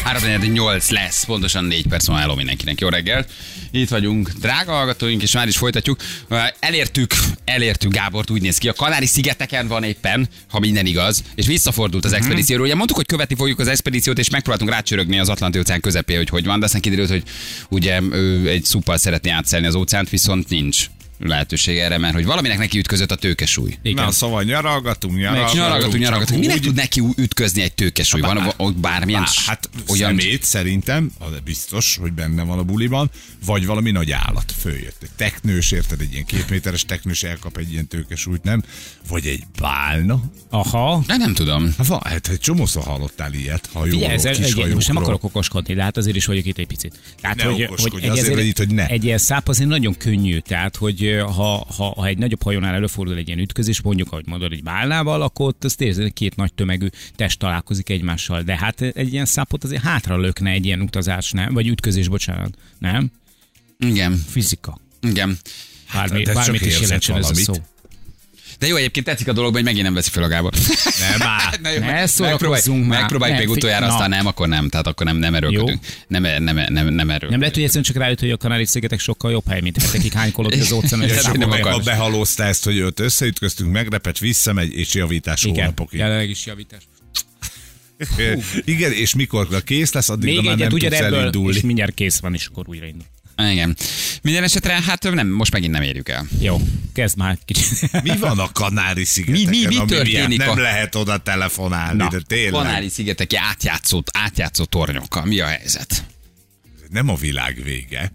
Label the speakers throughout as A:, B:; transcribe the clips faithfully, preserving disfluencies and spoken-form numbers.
A: három nyolc lesz, pontosan négy perc van. Hello mindenkinek, jó reggelt. Itt vagyunk, drága hallgatóink, és már is folytatjuk. Elértük, elértük Gábort, úgy néz ki. A Kanári-szigeteken van éppen, ha minden igaz, és visszafordult az expedícióról. Ugye mondtuk, hogy követni fogjuk az expedíciót, és megpróbáltunk rácsörögni az Atlanti-óceán közepén, hogy hogy van, de aztán kiderült, hogy ugye ő egy szuppal szeretné átszelni az óceánt, viszont nincs lehetőség erre, mert hogy valaminek neki ütközött a tőkesúly.
B: Na, szóval nyaralgatunk, nyaralgatunk.
A: Nyaralgatunk, nyaralgatunk. Minek tud neki ütközni egy tőkesúly? Van ott bármilyen?
B: Bár, hát olyan szemét szerintem, az biztos, hogy benne van a buliban, vagy valami nagy állat följött. Egy teknős, érted, egy ilyen két méteres teknős elkap egy ilyen tőkesúlyt, nem? Vagy egy bálna.
C: Aha.
A: De nem tudom.
B: Hát, van, hát egy csomószor hallottál ilyet, ha jól
C: ez,
B: kis
C: egy, most nem akarok
B: hajókról.
C: okoskodni, de hát azért is vagyok itt egy picit. Tehát,
B: Ne
C: hogy,
B: okoskodj,
C: hogy,
B: azért vagy itt, hogy ne.
C: Egy ilyen száp azért nagyon könnyű, tehát hogy ha, ha, ha egy nagyobb hajónál előfordul egy ilyen ütközés, mondjuk, ahogy mondod, egy bálnával, akkor ott azt érzed, két nagy tömegű test találkozik egymással. De hát egy ilyen szápot azért hátra lökne egy ilyen utazás, nem? Vagy ütközés, bocsánat, nem?
A: Igen.
C: Fizika.
A: Igen.
C: Bármi,
B: Hát,
C: bármit is jelentsen ez a szó.
A: De jó, egyébként tetszik a dologban, hogy megint nem veszi fel a Gábor.
C: Nem már,
A: Na jó,
C: ne szórakozzunk már.
A: Megpróbáljuk még utoljára, aztán nem, akkor nem. Tehát akkor nem, nem erőlködünk. Nem, nem, nem, nem, nem erőlködünk.
C: Nem lehet, hogy egyszerűen csak rájött, hogy a Kanári-szigetek sokkal jobb hely, mint hetekig hánykolod az óceánon.
B: És
A: nem
B: akkor
A: akar.
B: ha behalózta ezt, hogy őt összeütköztünk, megrepet, visszamegy, és javítás hónapokig.
C: Jelenleg is javítás.
B: Igen, és mikor kész lesz, addig már nem tudsz elindulni.
C: És mindjárt kész van, és akkor újra indul.
A: Igen. Minden esetre, hát nem, most megint nem érjük el.
C: Jó, kezd már kicsit.
B: Mi van a Kanári-szigeteken?
A: Mi- mi- mi történik
B: Nem
A: a-
B: lehet oda telefonálni,
C: Na,
B: de tényleg.
A: Kanári-szigeteki átjátszó, átjátszó tornyokkal. Mi a helyzet?
B: Nem a világ vége.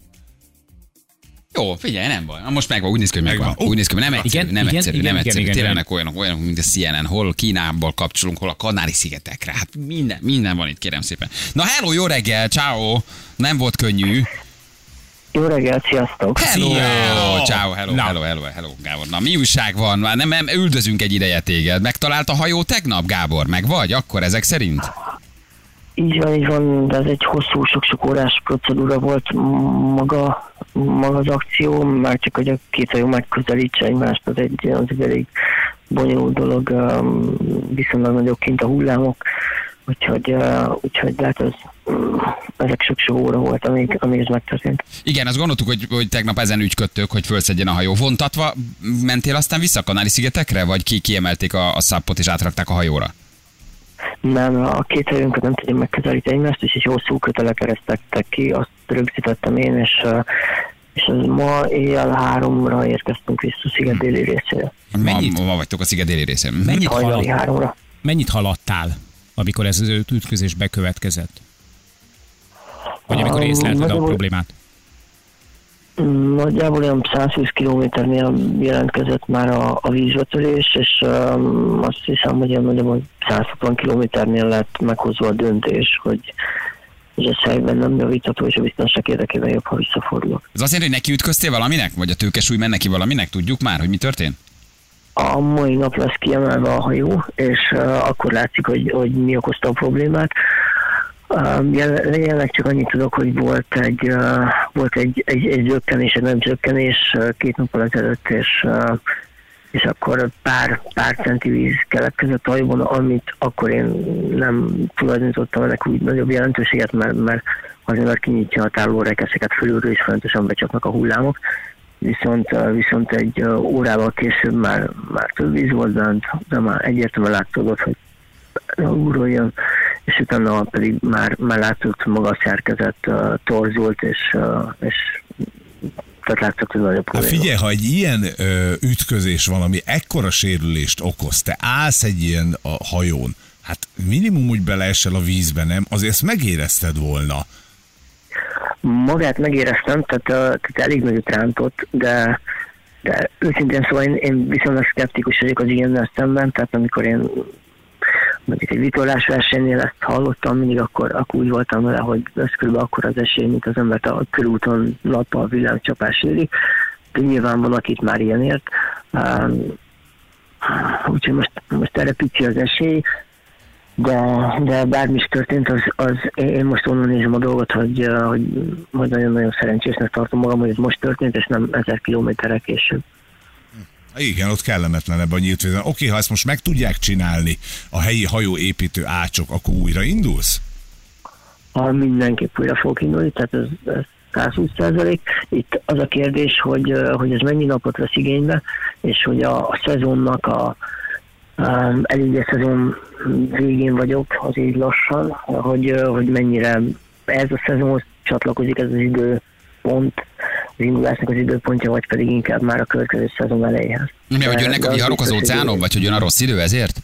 A: Jó, figyelj, nem baj. Most megvan, úgy néz ki, hogy megvan.
B: Megvan.
A: Úgy néz ki, hogy nem egyszerű,
C: Igen,
A: nem
C: igen,
A: egyszerű,
C: igen,
A: nem
C: igen,
A: egyszerű.
C: igen,
A: Tényleg
C: igen.
A: olyanok, olyanok, mint a C N N, hol Kínából kapcsolunk, hol a Kanári-szigetekre. Hát minden, minden van itt, kérem szépen. Na hello, jó reggel, ciao. Nem volt könnyű.
D: Jó reggelt, sziasztok!
A: Hello,
C: Szia!
A: ciao, hello,
C: Na.
A: hello, hello, hello, Gábor. Na, mi újság van? Már nem, nem üldözünk egy ideje téged. Megtalált a hajó tegnap, Gábor? Meg vagy? Akkor ezek szerint?
D: Így van, így van, de ez egy hosszú, sok-sok órás procedúra volt maga, maga az akció, már csak hogy a két hajó megközelítse egymást, az egy, az egy elég bonyolult dolog, um, viszonylag nagyok kint a hullámok, úgyhogy, uh, úgyhogy lehet ez, um, ezek sok-sok óra volt, amíg, amíg ez megtörtént.
A: Igen, azt gondoltuk, hogy, hogy tegnap ezen ügyködtök, hogy fölszedjen a hajó. Vontatva mentél aztán vissza a Kanári-szigetekre, vagy ki kiemelték a, a száppot és átrakták a hajóra?
D: Nem, a két hajónkat nem tudjuk megközelíteni egymást, és egy hosszú kötelek keresztettek ki, azt rögzítettem én, és, uh, és az ma éjjel háromra érkeztünk vissza a sziget déli részére.
C: Mennyit?
A: Ma, ma vagytok a sziget déli részén.
C: Mennyit,
D: Hajnali
C: halad,
D: háromra.
C: mennyit haladtál, amikor ez az ütközés bekövetkezett? Vagy amikor
D: Um,
C: észlelted a
D: nagyjából-
C: problémát?
D: Nagyjából olyan százhúsz kilométernél jelentkezett már a, a vízvetörés, és um, azt hiszem, hogy olyan nagyjából száz hatvan kilométernél lett meghozva a döntés, hogy, hogy ez helyben nem javítható, és a biztonság érdekében jobb, ha visszafordulok.
A: Ez azt jelenti, hogy neki ütköztél valaminek? Vagy a tőkesúly ment neki valaminek? Tudjuk már, hogy mi történt?
D: A mai nap lesz kiemelve a hajó, és uh, akkor látszik, hogy, hogy mi okozta a problémát. Um, jelenleg csak annyit tudok, hogy volt egy, uh, volt egy, egy, egy zökkenés, egy nagy zökkenés uh, két nappal ezelőtt, és, uh, és akkor pár, pár centi víz keletkezett a hajóban, amit akkor én nem tulajdonítottam ennek úgy nagyobb jelentőséget, mert, mert azért már kinyitja a tárolórekeszeket fölülről, és folyamatosan becsapnak a hullámok. Viszont, uh, viszont egy uh, órával később már, már több víz volt bent, de már egyértelműen látszódott, hogy úrról jön, és utána pedig már, már látszott maga a szerkezet uh, torzult, és, uh, és tehát látszott, hogy nagyobb
B: Hát
D: probléma.
B: figyelj, ha egy ilyen ö, ütközés van, ami ekkora sérülést okoz, te állsz egy ilyen a hajón, hát minimum úgy beleesel a vízbe, nem? Azért ezt megérezted volna.
D: Magát megéreztem, tehát, uh, tehát elég nagyot rántott, de, de őszintén szóval én, én viszonylag szkeptikus vagyok az ilyennel szemben, tehát amikor én mondjuk egy vitorlás versenynél ezt hallottam, mindig akkor, akkor úgy voltam vele, hogy ez körülbelül akkor az esély, mint az embert a körúton nappal villámcsapás éri. De nyilván van, akit már ilyen ért. Um, úgyhogy most, most erre pici az esély, de, de bármi is történt, az, az én most onnan nézem a dolgot, hogy, hogy, hogy nagyon-nagyon szerencsésnek tartom magam, hogy ez most történt, és nem ezer kilométerrel később.
B: Igen, ott kellemetlenebb a nyílt vízen. Oké, ha ezt most meg tudják csinálni a helyi hajóépítő ácsok, akkor újra indulsz?
D: ha mindenképp újra fogok indulni, tehát ez, ez száz húsz százalék. Itt az a kérdés, hogy, hogy ez mennyi napot vesz igénybe, és hogy a, a szezonnak a um, elég a szezon végén vagyok, az így lassan, hogy, hogy mennyire ez a szezonhoz csatlakozik ez az időpont, az indulásnak az időpontja, vagy pedig inkább már a következő szezon elejéhez.
A: Mi, hogy jönnek a viharok az óceánon, vagy hogy jön a rossz idő ezért?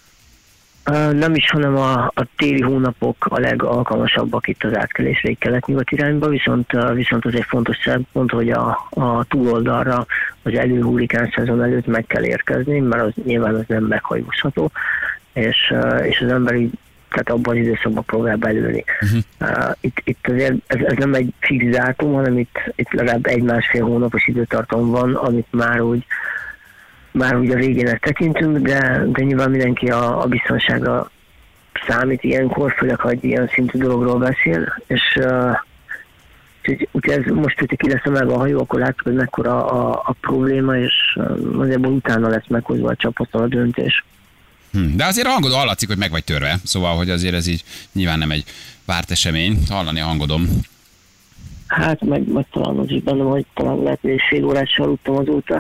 D: Nem is, hanem a, a téli hónapok a legalkalmasabbak itt az átkelésre egy kelet-nyugat irányba, viszont, viszont az egy fontos szempont, hogy a, a túloldalra az előhurrikán szezon előtt meg kell érkezni, mert az nyilván az nem meghajózható, és, és az ember így, tehát abban az időszakban próbál belülni. Uh-huh. Itt, itt azért ez, ez nem egy fix dátum, hanem itt, itt legalább egy-másfél hónapos időtartam van, amit már úgy már úgy a végének tekintünk, de, de nyilván mindenki a, a biztonsága számít ilyenkor, főleg, ha egy ilyen szintű dologról beszél, és uh, úgyhogy úgy ez most, hogyha ki lesz emelve a hajó, akkor látjuk, hogy mekkora a, a probléma, és uh, azért utána lesz meghozva a csapattal a döntés.
A: Hm, de azért a hangodó hallatszik, hogy meg vagy törve, szóval, hogy azért ez így nyilván nem egy várt esemény, hallani a hangodom.
D: Hát meg, meg talán az is bennem, hogy talán lehet, hogy fél órát se aludtam azóta.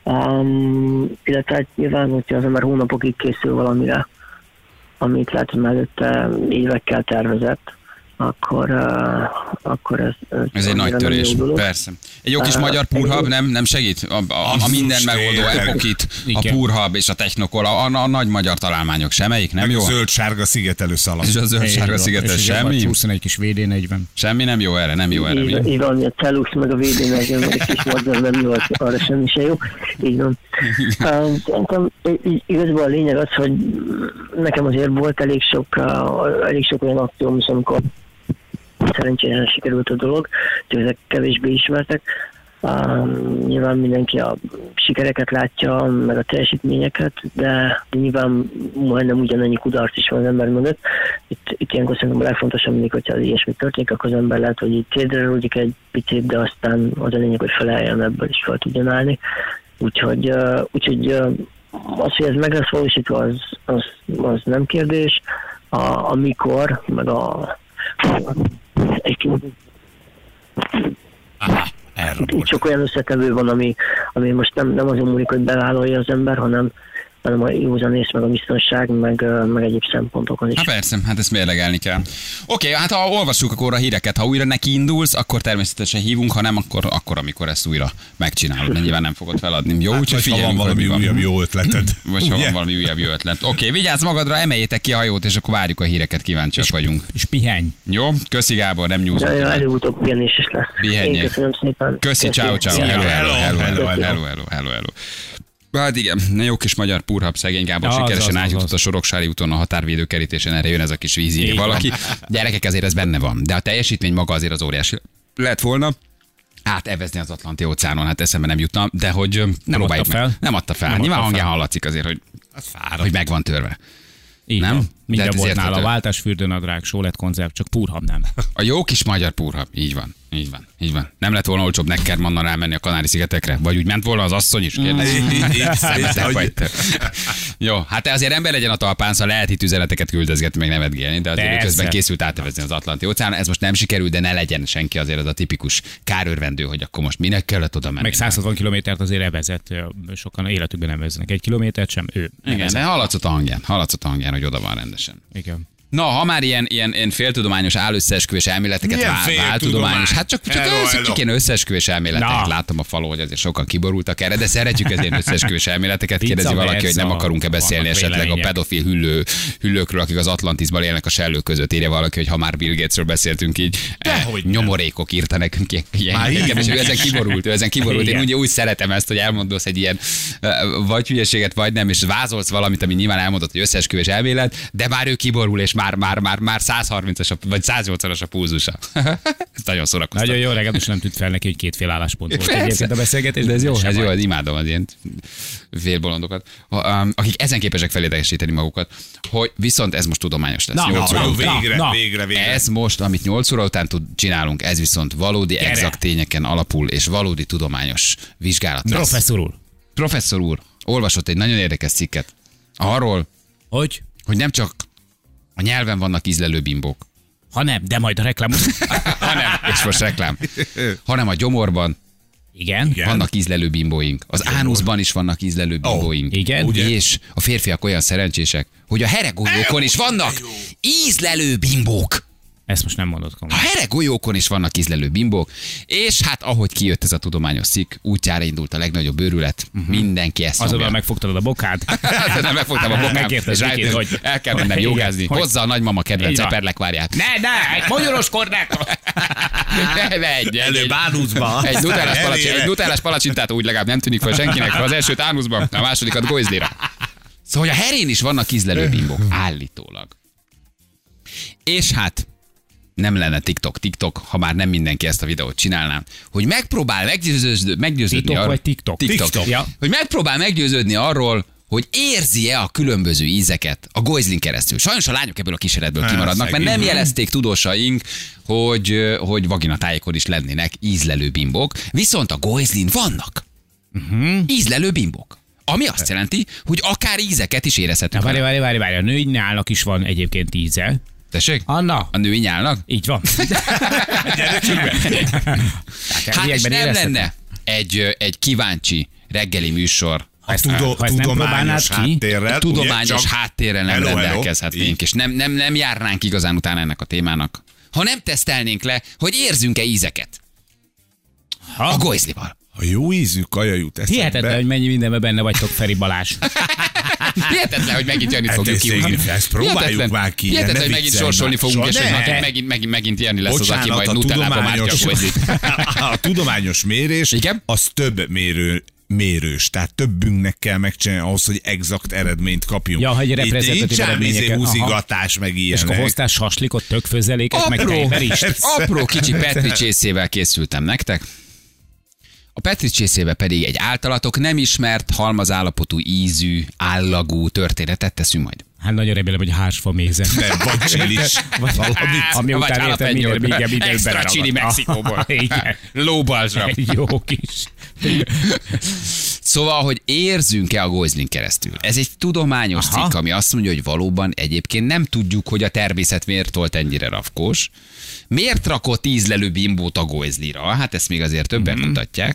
D: Um, illetve hát nyilván, hogyha az ember hónapokig készül valamire, amit lehet, hogy mellette évekkel tervezett, akkor, uh, akkor ez... Ez,
A: ez egy nagy törés, persze. Egy jó kis uh, magyar púrhab nem, nem segít? A, a, a minden megoldó epokit, a púrhab és a technokol, a, a, a nagy magyar találmányok semmelyik, nem
B: meg
A: jó?
B: a zöld-sárga szigetelő szalag.
A: És a zöld-sárga szigetelő semmi?
C: huszonegy kis vé dé negyven.
A: Semmi nem jó erre, nem jó erre.
D: Így, így van, a Cellux meg a vé dé negyven, meg a kis magyar nem jó, arra semmi se jó. Így van. Szerintem igazából a lényeg az, hogy nekem azért volt elég sok, elég sok olyan akcióm, amikor szerencsére sikerült a dolog, hogy ezek kevésbé ismertek. Um, nyilván mindenki a sikereket látja, meg a teljesítményeket, de nyilván majdnem ugyanannyi kudarc is van az ember mögött. Itt, itt ilyenkor szerintem a legfontosabb mindig, hogyha az ilyesmi történik, akkor az ember lehet, hogy így térdre rúdik egy picit, de aztán az a lényeg, hogy felálljon ebből és fel tudjon állni. Úgyhogy, uh, úgyhogy uh, az, hogy ez meg lesz valósítva, az, az, az nem kérdés. A, a mikor, meg a egy
B: Aha,
D: itt sok olyan összetevő van, ami, ami most nem, nem azon múlik, hogy bevállalja az ember, hanem, hanem a józanész, meg a biztonság, meg, meg egyéb szempontokon is.
A: Hát persze, hát ezt mérlegelni kell. Oké, okay, hát ha olvassuk akkor a híreket, ha újra neki indulsz, akkor természetesen hívunk, ha nem, akkor, akkor amikor ezt újra megcsinálod, mert nyilván nem fogod feladni. Jó,
B: hát
A: úgyhogy figyelj,
B: valami
A: van.
B: újabb jó ötleted.
A: Vagy ha van valami újabb jó ötlet. Oké, okay, vigyázz magadra, emeljétek ki a hajót, és akkor várjuk a híreket, kíváncsiak vagyunk.
C: És pihenj.
A: Jó, köszi Gábor, nem nyújtott.
D: Ja, ja, előbb-utóbb pihenés is lesz.
A: Pihenjél.
D: Köszönöm szépen.
A: Köszi, ciao, ciao. Hello, hello, hello, hello, hello, hello, hello, hello. Hát igen, jó kis magyar púrhab, szegény Gábor ja, sikeresen átjutott a Soroksári úton a határvédő kerítésen, erre jön ez a kis víz, írja valaki. Gyerekek, azért ez benne van, de a teljesítmény maga azért az óriási lett volna. Átevezni az Atlanti óceánon, hát eszembe nem jutna, de hogy
C: nem adta fel.
A: Meg. Nem adta fel. Nem Nyilván adta hangján fel. Hallatszik azért, hogy, hogy meg van törve.
C: Így
A: nem?
C: Van. Minden volt nála,
A: értető.
C: Váltásfürdőnadrág, sólettkonzerv, csak púrhab nem.
A: A jó kis magyar púrhab, így van. Így van, így van. Nem lett volna olcsóbb Neckermannnal rámenni a Kanári-szigetekre? Vagy úgy ment volna az asszony is? Szemetek vagy te. Jó, hát te azért ember legyen a talpán, szóval lehet itt üzeneteket küldözgetni, meg nevetgélni, de azért
C: Persze.
A: közben készült átevezni az Atlanti óceánon. Ez most nem sikerült, de ne legyen senki azért az a tipikus kárőrvendő, hogy akkor most minek kellett oda menni.
C: Meg száz hatvan kilométert azért evezett, sokan életükben nem veznek egy kilométert sem, ő.
A: Igen,
C: evezett.
A: de hallatszott a hangján, hallatszott a hangján, hogy oda van rendesen.
C: Igen.
A: Na, ha már ilyen, ilyen, ilyen féltudományos állösszeesküvés elméleteket, vál, váltudományos, hát csak, csak,
B: hello,
A: csak
B: hello.
A: ilyen összeesküvés elméleteket
C: Na.
A: látom a falon, hogy azért sokan kiborultak erre, de szeretjük az ilyen összeesküvés elméleteket.
C: Pizza
A: Kérdezi valaki, hogy
C: versa,
A: nem akarunk-e beszélni
C: vannak
A: esetleg a
C: vélemények.
A: pedofil hüllő, hüllőkről, akik az Atlantisban élnek a sellők között. Írja valaki, hogy ha már Bill Gatesről beszéltünk így, eh,
B: Dehogy nem.
A: nyomorékok írta nekünk ilyen.
B: Már
A: ilyen
B: igen.
A: és ő ezen kiborult, ő ezen kiborult. Én
C: Igen.
A: úgy, úgy szeretem ezt, hogy elmondasz egy ilyen eh, vagy hülyeséget, vagy nem, és vázolsz valamit, ami nyilván elmondott, hogy összeesküvés elmélet, de már ő kiborul, és már, már, már, már száz harmincas a, vagy száz nyolcvanas a púzusa. Ez nagyon szórakoztató.
C: Nagyon jó, legalább most nem tűnt fel neki, hogy kétfél álláspont volt
A: Persze.
C: egyébként a beszélgetés.
A: De ez jó, ez jó,
C: baj.
A: ez imádom az ilyen félbolondokat, Ha, um, akik ezen képesek felédesíteni magukat, hogy viszont ez most tudományos lesz.
C: Na,
A: nyolc
C: na,
A: óra
C: na,
A: után.
B: Végre,
C: Na,
B: végre, végre.
A: Ez most, amit nyolc óra után tud, csinálunk, ez viszont valódi,
C: Gyere.
A: exakt tényeken alapul, és valódi tudományos vizsgálat lesz.
C: Professzor úr.
A: Professzor úr olvasott egy nagyon érdekes cikket arról,
C: Hogy?
A: hogy nem csak a nyelven vannak ízlelő bimbók,
C: Ha nem, de majd a reklám.
A: Ha nem, és most reklám. Hanem a gyomorban
C: Igen.
B: Igen.
A: vannak ízlelő bimbóink. Az ánuszban is vannak ízlelő bimbóink.
C: igen.
A: Ugye? És a férfiak olyan szerencsések, hogy a heregolyókon is vannak ízlelő bimbók.
C: Ezt most nem mondod
A: A
C: komolyan.
A: heregolyókon is vannak ízlelő bimbók, és hát ahogy kijött ez a tudományos szik, útjára indult a legnagyobb bőrület, uh-huh. mindenki ezt
C: Azonnal
A: nyomja.
C: megfogtad a bokád.
A: Nem megfogtam a bokám,
C: Megkérted
A: és rájöttem,
C: Vikit,
A: hogy
C: hogy-
A: el kell mennem
C: Igen,
A: jogázni.
C: hogy-
A: Hozza a nagymama kedvenc
C: Így van.
A: eperlekvárját.
C: Ne, ne, egy magyaros kornátot.
A: egy,
B: Előbb ánuszba.
A: egy nutellás palacsi,
B: Elére.
A: egy nutellás palacsintát úgy legalább nem tűnik fel senkinek, az elsőt ánuszban, a másodikat gojzlira. Szóval hogy a herén is vannak ízlelő bimbók, állítólag. És hát nem lenne TikTok, TikTok, ha már nem mindenki ezt a videót csinálná, hogy megpróbál meggyőződni, meggyőződni
C: TikTok
A: arról,
C: vagy TikTok?
A: TikTok.
C: TikTok. Ja.
A: Hogy megpróbál meggyőződni arról, hogy érzi-e a különböző ízeket a gojzlin keresztül. Sajnos a lányok ebből a kísérletből
B: Há,
A: kimaradnak, mert nem
B: szegény.
A: jelezték tudósaink, hogy, hogy vaginatájékon is lennének ízlelő bimbók, viszont a gojzlin vannak. Uh-huh. Ízlelő bimbók. Ami azt jelenti, hogy akár ízeket is
C: Na,
A: érezhetünk.
C: várj,
A: vele.
C: várj, várj, várj, a női nyálnak is van egyébként íze.
A: Tessék?
C: Anna?
A: A női nyálnak?
C: Így van.
B: Gyere csak be.
A: Hát és nem lenne egy, egy kíváncsi reggeli műsor,
B: A tudo,
C: ha ezt nem próbálnád
B: tudományos
C: ki,
B: háttérrel.
A: tudományos
B: ugye, csak-
A: háttérrel nem
B: Hello, hello.
A: rendelkezhetnénk,
B: Így.
A: és nem, nem, nem járnánk igazán utána ennek a témának. Ha nem tesztelnénk le, hogy érzünk-e ízeket a
C: Ha?
A: gojzlival.
B: Ha jó ízű kaja jut eszedbe.
C: Hihetetlen, hogy mennyi mindenben benne vagytok, Feri Balázs.
A: Hihetetlen, hogy megint Jani
B: Hát
A: fogjuk
B: ezt
A: kiúzni.
B: igen, ezt próbáljuk
A: Hihetetlen-
B: már ki,
A: Hihetetlen,
B: ne
A: hogy megint
B: viccelj
A: sorsolni
B: már.
A: fogunk, és
B: So-
A: hogy
B: ne.
A: megint, megint, megint, megint Jani lesz az, aki majd
B: a
A: nutellába mártja a
B: tudományos,
A: gojzlit.
B: a tudományos mérés,
A: Igen?
B: az több mérő, mérős, tehát többünknek kell megcsinálni ahhoz, hogy exakt eredményt kapjunk.
C: Ja, hogy
B: Itt
C: reprezentatív
B: nincs ám izé
C: eredményeket.
B: húzigatás, meg
C: És akkor
B: ilyenek.
C: hoztál saslikot, tök főzeléket, meg
A: Apró,
C: tejberist.
A: apró kicsi Petri csészével készültem nektek. A Petri csészébe pedig egy általatok nem ismert, halmazállapotú ízű, állagú történetet teszünk majd.
C: Hát nagyon remélem, hogy hársfa méze.
B: Nem, vagy csilis. Valamit.
C: Ami
A: Vagy
C: után értem, minden,
A: jalapenyó.
C: minden, minden
A: Extra
C: beleragadt.
A: chili Mexikóból.
C: Aha, igen.
A: Lóbalzsam.
C: Egy jó kis.
A: Szóval, hogy érzünk-e a gojzlin keresztül? Ez egy tudományos
C: Aha.
A: cikk, ami azt mondja, hogy valóban egyébként nem tudjuk, hogy a természet miért tolt ennyire rafkós. Miért rakott ízlelő bimbót a gojzlira? Hát ezt még azért többen
C: Mhm.
A: mutatják.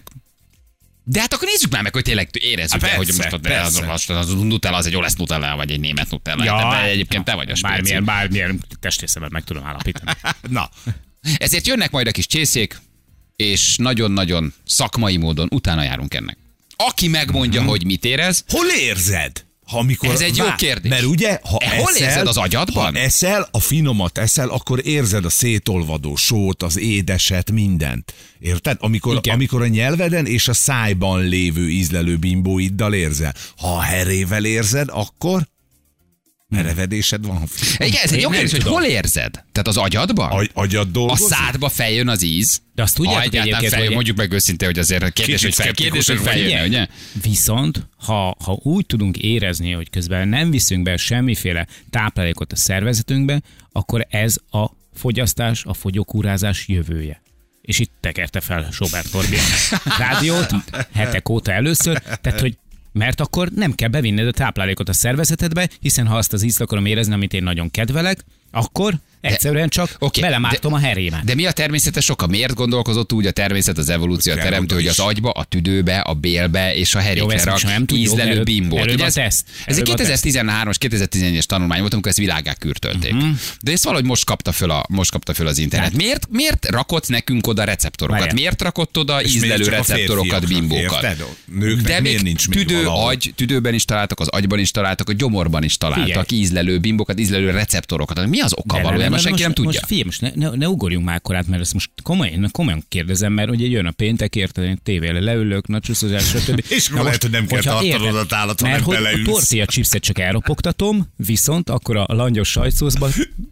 A: De hát akkor nézzük már meg, hogy tényleg érezzük
B: Há,
A: el, hogy
B: persze,
A: most a, az,
B: persze.
A: az, az Nutella az egy olasz Nutella, vagy egy német Nutella. Ja, de egyébként te vagy a
C: bármilyen,
A: speciál.
C: bármilyen testrészemben meg tudom állapítani.
B: Na,
A: Ezért jönnek majd a kis csészék, és nagyon-nagyon szakmai módon utána járunk ennek. Aki megmondja, hogy mit érez,
B: hol érzed? Ha amikor,
A: Ez egy jó kérdés.
B: Mert ugye, ha
A: E, hol
B: eszel,
A: érzed az agyadban?
B: Ha eszel, a finomat eszel, akkor érzed a szétolvadó sót, az édeset, mindent. Érted? Amikor,
C: Igen.
B: amikor a nyelveden és a szájban lévő ízlelő bimbóiddal érzel. Ha a herével érzed, akkor merevedésed van.
A: igen, ez egy
C: Én
A: jó
C: nem
A: kérdés, hogy
C: tudom.
A: hol érzed? Tehát az agyadban?
B: Agy, agyad
A: A
B: dolgozik?
A: szádba feljön az íz?
C: De azt tudjátok
A: Ha egyáltalán
C: egyébként,
A: feljön,
C: hogy-
A: mondjuk meg őszintén, hogy azért kérdés,
B: Kicsit
A: hogy, fel, kérdés, hogy
B: szkeptikus
A: feljön,
C: vagy.
A: ugye?
C: Viszont, ha, ha úgy tudunk érezni, hogy közben nem viszünk be semmiféle táplálékot a szervezetünkbe, akkor ez a fogyasztás, a fogyókúrázás jövője. És itt tekerte fel Sobert Korbi a rádiót, hetek óta először, tehát hogy mert akkor nem kell bevinned a táplálékot a szervezetedbe, hiszen ha azt az ízt akarom érezni, amit én nagyon kedvelek, akkor egyszerűen csak
A: Oké,
C: belemártom
A: de-
C: a herémet.
A: De mi a természetes oka? Miért gondolkozott úgy a természet, az evolúció, a
B: Kell
A: teremtő,
B: oda
A: hogy
B: is.
A: az agyba, a tüdőbe, a bélbe és a
C: Jó,
A: herékre
C: ezt
A: rak
C: most nem tudjuk,
A: ízlelő
C: erről-
A: bimbót.
C: erről
A: Ugye
C: van
A: ez,
C: teszt.
A: ez egy
C: Erről van
A: kétezer-tizenhármas, kétezer-tizennégyes tanulmány volt, amikor ezt világgá kürtölték. Uh-huh. De ezt valahogy most kapta föl, a, most kapta föl az internet. Miért, miért rakott nekünk oda receptorokat?
C: Várjál.
A: Miért rakott oda
B: És
A: ízlelő
B: miért csak a
A: receptorokat,
B: férfiaknak,
A: bimbókat?
B: érted? Nőknek
A: De
B: miért
A: még
B: nincs még
A: tüdő,
B: valahol?
A: agy, tüdőben is találtak, az agyban is találtak, a gyomorban is találtak
C: Figyelj.
A: ízlelő bimbókat, ízlelő receptorokat. Mi az oka
C: De
A: valójában?
C: de
A: Senki nem
C: most,
A: tudja.
C: Most figyelj, most ne, ne, ne ugorjunk már akkorát, mert ezt most komolyan, komolyan kérdezem, mert ugye jön a péntek, érted, én tévére leülök, nacsúszozás, stb.
B: És akkor
C: Na
B: lehet, hogy nem kell
C: hogyha
B: tartanod
C: érted,
B: a tálat,
C: mert
B: hanem
C: hogy
B: beleülsz.
C: a tortilla chipset csak elropogtatom, viszont akkor a langyos sajtszószba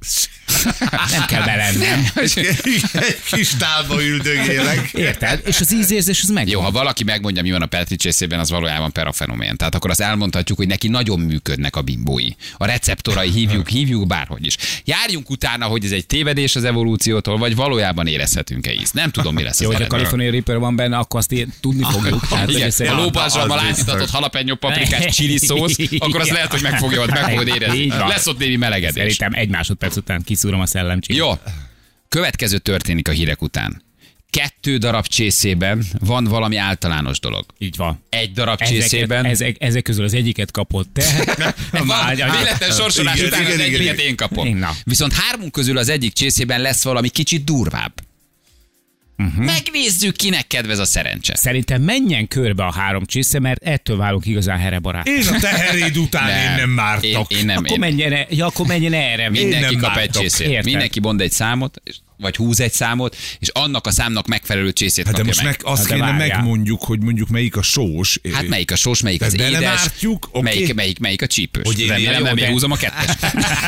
C: nem kell belennem.
B: Egy kis tálba üldögélek.
C: Érted? És az ízérzés az meg.
A: Jó, ha valaki megmondja, mi van a Petri csészében, az valójában perafenomén. Tehát akkor azt elmondhatjuk, hogy neki nagyon működnek a bimbói. A receptorai hívjuk, hívjuk bárhogy is. Járjunk utána utána, hogy ez egy tévedés az evolúciótól, vagy valójában érezhetünk-e ízt. Nem tudom, mi lesz
C: Jó,
A: az
C: hogy a
A: eredmény.
C: California Reaper van benne, akkor azt én tudni fogjuk. Tehát, hogy
A: Igen,
C: ez
A: a
C: egy-
A: lóbalzsammal
B: az
A: ázítatott
B: biztos.
A: jalapeno paprikás chili szósz, akkor az lehet, hogy meg fogja, meg fogod érezni.
C: Így van.
A: Lesz ott némi melegedés.
C: Szerintem egy másodperc után kiszúrom a szellemcsit.
A: Jó. Következő történik a hírek után. Kettő darab csészében van valami általános dolog.
C: Így van.
A: Egy darab
C: Ezeket,
A: csészében.
C: ezek, ezek közül az egyiket kapott te.
A: Van,
C: Már-
A: véletlen sorsolás
B: Igen,
A: után
B: igen,
A: az
B: igen,
A: egyiket
B: igen.
A: én kapom.
C: Én, na.
A: Viszont hármunk közül az egyik csészében lesz valami kicsit durvább. Uh-huh. Megnézzük, kinek kedvez a szerencse.
C: Szerintem menjen körbe a három csésze, mert ettől válunk igazán herebarát.
B: Én a teheréd után én nem mártok.
A: Én, én nem.
C: Akkor
A: Én,
C: menjen, e- ja, akkor menjen erre.
A: mindenki
B: nem
A: kap egy
B: vártok.
A: csészét.
C: Érted.
A: Mindenki mond egy számot, és- vagy húz egy számot, és annak a számnak megfelelő csészét
B: Hát de
A: kapja
B: most
A: meg.
B: meg azt
C: Hát de
B: kéne
C: várjál.
B: megmondjuk, hogy mondjuk melyik a sós.
A: Hát melyik a sós, melyik
B: Tehát
A: az édes,
B: belemártjuk, oké.
A: melyik, melyik, melyik a csípős.
B: Hogy én
A: Remélem,
B: ilyen
A: nem
B: jó,
A: én
B: de-
A: húzom a kettes.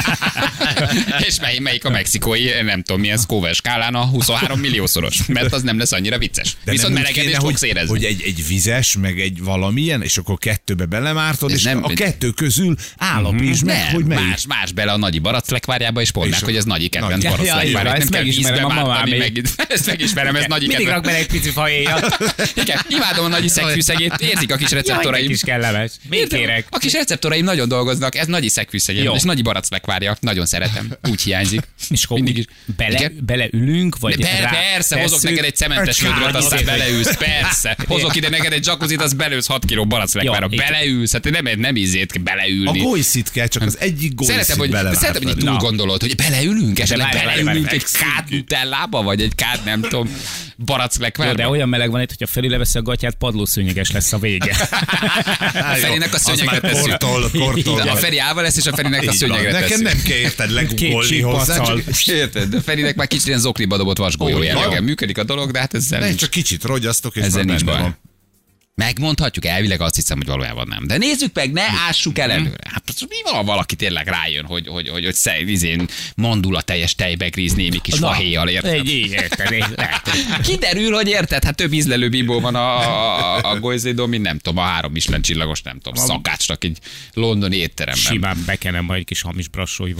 A: És melyik, melyik a mexikói, nem tudom milyen Scoville skálán a huszonhárom milliószoros, mert az nem lesz annyira vicces.
B: De
A: Viszont
B: nem úgy
A: melegedést
B: kéne,
A: fogsz
B: hogy,
A: érezni.
B: hogy egy, egy vizes, meg egy valamilyen, és akkor kettőbe belemártod,
A: Ez
B: és
A: nem-
B: a kettő közül állapítsd meg,
A: Nem,
B: hogy melyik.
A: más, más bele a nagyi baraclekvárjába, és mondd
B: És
A: meg,
B: a-
A: hogy ez nagyi kedvenc
B: Nagy-
A: baraclekvár.
C: Ja,
A: Nem
C: ezt
A: kell
C: megismerem,
A: vízbe
C: a mamám
A: mártani,
C: még.
A: meg, ezt megismerem, ez nagyi
C: Mindig rak
A: kedvenc.
C: bele egy pici fahéjat.
A: Igen, imádom a nagyi szegfűszegét, érzik a kis
C: Jaj,
A: receptoraim.
C: is kellemes. Még
A: Értem?
C: kérek.
A: A kis receptoraim nagyon dolgoznak, ez nagyi szegfűszegé,
C: Jó.
A: és nagyi baraclekvárja. Nagyon szeretem, úgy hiányzik.
C: És akkor
A: Mindig
C: úgy
A: is.
C: bele,
A: Igen?
C: beleülünk, vagy
A: Per,
C: rá
A: persze, hozok
C: tesszük.
A: neked egy cementes
C: Egy
A: vödröt,
C: kár-
A: aztán
C: izé-
A: beleülsz, persze. Hozok ide neked egy jacuzzit, az belősz hat kiló baraclekvára.
C: Jó, így.
A: Beleülsz, hát nem, nem ízét kell
B: A
A: beleülni.
B: golyszit kell, csak az egyik golyszit
A: Szeretem, hogy, szeretem, hogy így túl
C: Na.
A: gondolod, hogy beleülünk, esetleg
C: várj, várj,
A: beleülünk
C: várj,
A: egy kád nutellába, vagy egy kád, nem tudom,
C: Jó,
A: baraclekvárba.
C: de olyan meleg van itt, hogyha felüleveszi a gatyát, padlószőnyeges lesz a vége.
A: A Ferinek a szőnyegre tesszük.
B: Kortol, kortol.
A: A Feri állva lesz, és a Ferinek a
B: Így van.
A: szőnyegre
B: Nekem
A: tesszük.
B: nem kell érted
C: Két
B: legugolni
C: csík
B: hozzá,
C: pacal.
B: csak,
A: Érted? A Ferinek már kicsit ilyen zokniba dobott vasgolyó
B: Ó,
A: jelleggel
B: jó.
A: működik a dolog, de hát ezzel
B: ne,
A: nincs.
B: csak kicsit rogyasztok, és
A: Ezzel
B: már
A: nincs
B: benne
A: baj.
B: van.
A: Megmondhatjuk, elvileg azt hiszem, hogy valójában nem. De nézzük meg, ne ássuk el előre. Hát mi van, valaki tényleg rájön, hogy, hogy, hogy, hogy szej, izén mandula teljes tejbe gríz némi kis fahéjjal, érted?
C: Egy így, érted, én- lehet.
A: Kiderül, hogy érted, hát több ízlelő bibó van a, a, a Goizédon, mint nem tudom, a három Michelin csillagos, nem tudom, szakácsnak egy londoni étteremben.
C: Simán bekenem majd egy kis hamis brassóival.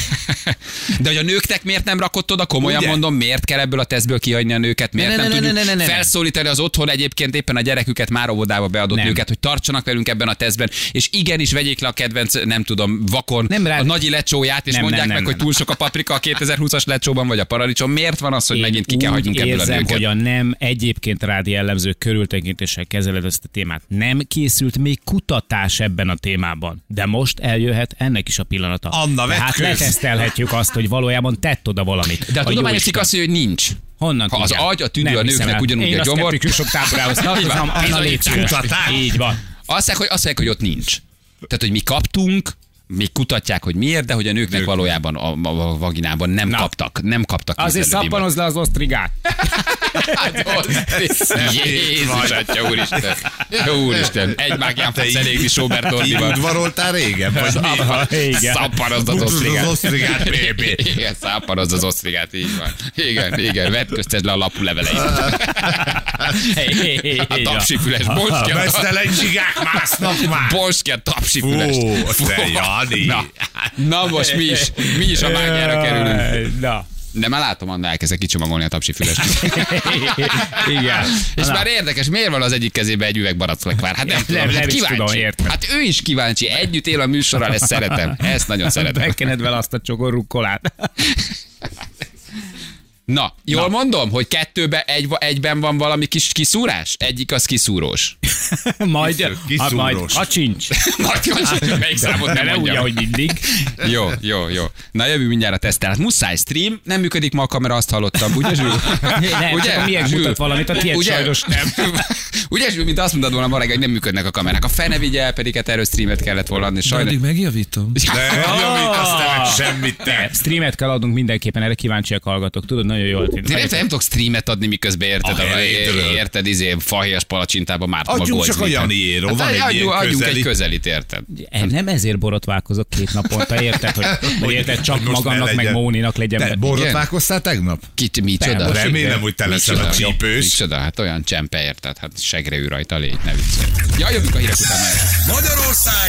A: De hogy a nőknek miért nem rakott oda? Komolyan
B: Ugye?
A: mondom, miért kell ebből a tesztből kihagyni a nőket? Miért
C: Ne, ne,
A: nem
C: ne,
A: tudjuk
C: ne, ne, ne, ne.
A: felszólítani az otthon egyébként éppen a gyereküket már óvodába beadott
C: Nem.
A: nőket, hogy tartsanak velünk ebben a tesztben, és igenis vegyék le a kedvenc, nem tudom, vakon
C: Nem rá-
A: a nagyi lecsóját, és
C: Nem,
A: mondják
C: nem,
A: meg,
C: nem,
A: hogy
C: nem.
A: túl sok a paprika a kétezer-húszas lecsóban, vagy a paradicsom. Miért van az, hogy
C: Én
A: megint ki kell
C: úgy
A: hagynunk ebből a
C: érzem,
A: nőket?
C: hogy a nem egyébként rád jellemző körültekintéssel kezeled ezt a témát. Nem készült még kutatás ebben a témában, de most eljöhet ennek is a pillanata.
B: Anna, vedd
C: Tehát
B: közt.
C: letesztelhetjük azt, hogy valójában tett oda valamit.
A: De a tudományos
C: Jóisten.
A: cikk azt mondja, hogy nincs.
C: Honnan
A: Ha az
C: tudják?
A: agy, a tüdő
C: Nem
A: a
C: hiszem
A: nőknek
C: el.
A: ugyanúgy
C: Én
A: a gyomor.
C: szkeptikusok táborához
A: Így van.
C: tartozom, Anna, légy
A: Bizonyítás.
C: szíves. Így van.
A: Azt mondják, hogy, azt mondják, hogy ott nincs. Tehát, hogy mi kaptunk, még kutatják, hogy miért, de hogy a nőknek
B: Nők.
A: valójában a, a, a vaginában nem
C: Na.
A: kaptak. Nem kaptak.
C: Azért
A: ízlelő
C: szappanozd le az osztrigát.
A: bibot. Jézus, atya, úristen. Úristen, egy mágián fogsz elégni Sobert
B: Így
A: Norbival.
B: udvaroltál régen? Vagy mi?
C: Igen.
A: Szappanozd az
B: Húzd az
A: osztrigát.
B: osztrigát, bébé.
A: Igen, szápanozd az osztrigát, így van. Igen, igen, vetközted le a lapú leveleit. A tapsifüles, bonts ki
B: A
A: a,
B: mesztelen zsigák másznak már.
A: bonts ki a tapsifüles.
B: Fú, te Jani.
A: Na, na most mi is, mi is a mágiára kerülünk.
C: Na.
A: De már látom, Anna elkezdek kicsomagolni a tapsifülest.
C: Igen.
A: És
C: Na.
A: már érdekes, miért van az egyik kezébe egy üveg baracklekvár? Hát nem,
C: Nem,
A: tudom,
C: nem
A: hát
C: is
A: kíváncsi.
C: tudom, értem.
A: Hát ő is kíváncsi, együtt él a műsorral, ezt szeretem. Ezt nagyon szeretem.
C: Megkened vele azt a csokor rukkolát.
A: Na, jól
C: Na.
A: mondom, hogy kettőben egy, egyben van valami kis kiszúrás? Egyik az kiszúrós.
C: Majd,
B: Kiszúrós.
C: ha, majd a csincs.
A: Majd hogy melyik számot
C: De
A: nem
C: ne úgy,
A: mondjam.
C: ahogy mindig.
A: Jó, jó, jó. Na jövő mindjárt a tesztel. Hát muszáj stream, nem működik ma a kamera, azt hallottam. Ugye, Zsül?
C: Nem, csak a miénk
A: Zsül?
C: mutat valamit, a tiéd
A: Ugye?
C: sajnos nem.
A: Ugye, Zsül, mint azt mondod volna ma reggel, hogy nem működnek a kamerák. A fene vigye el, pedig hát erről streamet kellett volna adni.
E: De
A: Sajnos.
E: addig megjavítom.
B: De javítasz te meg semmit te.
C: Nem, streamet kell adnunk mindenképpen, erre kíváncsiak hallgatók. Tudod, nagyon jól.
A: Én nem, nem tudok streamet adni, miközben érted,
B: A
A: a,
B: helyétről.
A: érted, izé, fahéjas palacsintában már
B: Adjunk csak a Janiéról, van egy
A: adjunk,
B: ilyen
A: adjunk
B: közeli.
A: egy közelit, érted?
C: Nem ezért borotválkozok két naponta, érted, hogy, hogy érted, csak
B: Most ne
C: magamnak, meg
B: legyen.
C: Móninak legyen.
B: Te
C: benne.
B: borotválkoztál tegnap?
A: Kicsi, micsoda?
C: Most
B: Remélem,
C: igen.
B: hogy te leszel a
A: Micsoda?
B: csípős.
A: Micsoda? Hát olyan csempe, érted? Hát segre ő rajta légy, ne viccelj. Ja, jövünk a hírek után.
F: Magyarország